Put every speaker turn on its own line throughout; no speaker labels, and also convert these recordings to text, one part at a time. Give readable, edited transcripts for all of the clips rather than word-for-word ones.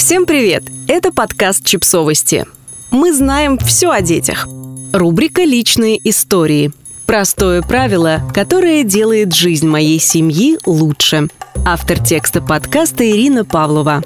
Всем привет! Это подкаст «Чипсовости». Мы знаем все о детях. Рубрика «Личные истории». Простое правило, которое делает жизнь моей семьи лучше. Автор текста подкаста Ирина Павлова.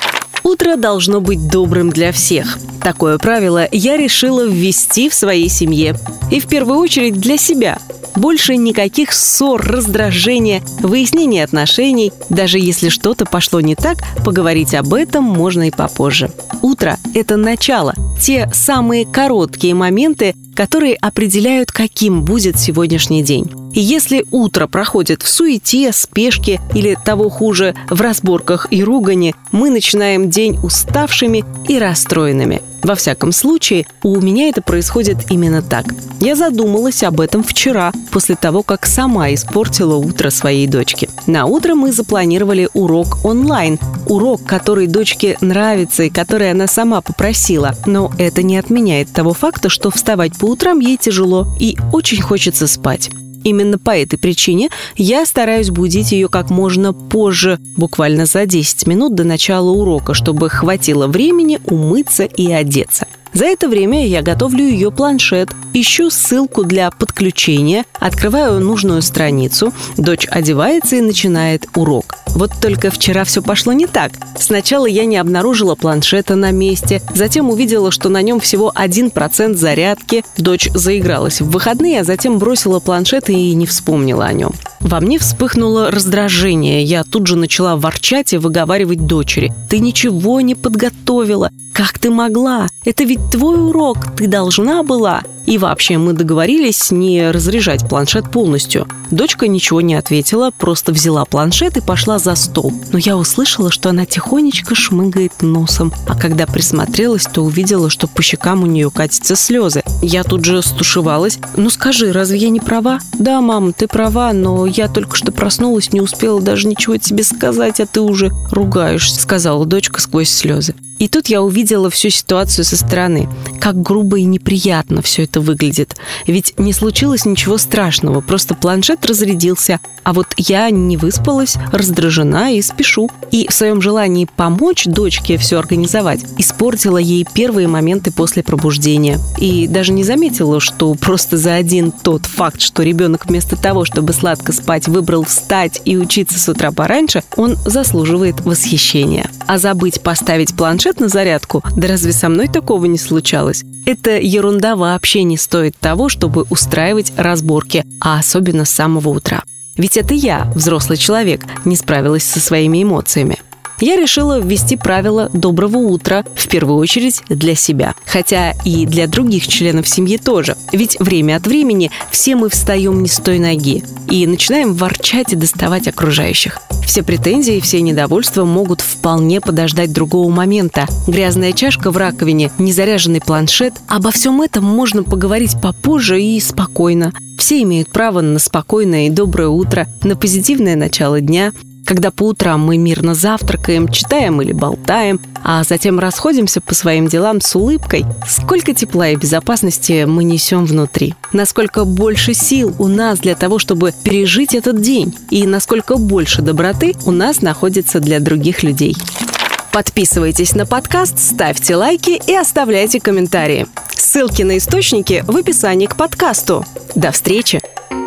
Утро должно быть добрым для всех. Такое правило я решила ввести в своей семье. И в первую очередь для себя. Больше никаких ссор, раздражения, выяснения отношений. Даже если что-то пошло не так, поговорить об этом можно и попозже. Утро – это начало. Те самые короткие моменты, которые определяют, каким будет сегодняшний день. И если утро проходит в суете, спешке или, того хуже, в разборках и ругани, мы начинаем день уставшими и расстроенными. Во всяком случае, у меня это происходит именно так. Я задумалась об этом вчера, после того, как сама испортила утро своей дочке. На утро мы запланировали урок онлайн. Урок, который дочке нравится и который она сама попросила. Но это не отменяет того факта, что вставать по утрам ей тяжело и очень хочется спать. Именно по этой причине я стараюсь будить ее как можно позже, буквально за 10 минут до начала урока, чтобы хватило времени умыться и одеться. За это время я готовлю ее планшет, ищу ссылку для подключения, открываю нужную страницу, дочь одевается и начинает урок. Вот только вчера все пошло не так. Сначала я не обнаружила планшета на месте, затем увидела, что на нем всего 1% зарядки. Дочь заигралась в выходные, а затем бросила планшет и не вспомнила о нем. Во мне вспыхнуло раздражение. Я тут же начала ворчать и выговаривать дочери. «Ты ничего не подготовила! Как ты могла? Это ведь твой урок! Ты должна была!» И вообще мы договорились не разряжать планшет полностью. Дочка ничего не ответила, просто взяла планшет и пошла за стол. Но я услышала, что она тихонечко шмыгает носом. А когда присмотрелась, то увидела, что по щекам у нее катятся слезы. Я тут же стушевалась. «Ну скажи, разве я не права?» «Да, мам, ты права, но я только что проснулась, не успела даже ничего тебе сказать, а ты уже ругаешься», — сказала дочка сквозь слезы. И тут я увидела всю ситуацию со стороны. Как грубо и неприятно все это выглядит. Ведь не случилось ничего страшного, просто планшет разрядился. А вот я не выспалась, раздражена и спешу. И в своем желании помочь дочке все организовать, испортила ей первые моменты после пробуждения. И даже не заметила, что просто за один тот факт, что ребенок вместо того, чтобы сладко спать, выбрал встать и учиться с утра пораньше, он заслуживает восхищения. А забыть поставить планшет на зарядку? Да разве со мной такого не случалось? Эта ерунда вообще не стоит того, чтобы устраивать разборки, а особенно с самого утра. Ведь это я, взрослый человек, не справилась со своими эмоциями. Я решила ввести правило доброго утра, в первую очередь для себя. Хотя и для других членов семьи тоже. Ведь время от времени все мы встаем не с той ноги и начинаем ворчать и доставать окружающих. Все претензии и все недовольства могут вполне подождать другого момента. Грязная чашка в раковине, незаряженный планшет. Обо всем этом можно поговорить попозже и спокойно. Все имеют право на спокойное и доброе утро, на позитивное начало дня. Когда по утрам мы мирно завтракаем, читаем или болтаем, а затем расходимся по своим делам с улыбкой, сколько тепла и безопасности мы несем внутри. Насколько больше сил у нас для того, чтобы пережить этот день, и насколько больше доброты у нас находится для других людей. Подписывайтесь на подкаст, ставьте лайки и оставляйте комментарии. Ссылки на источники в описании к подкасту. До встречи!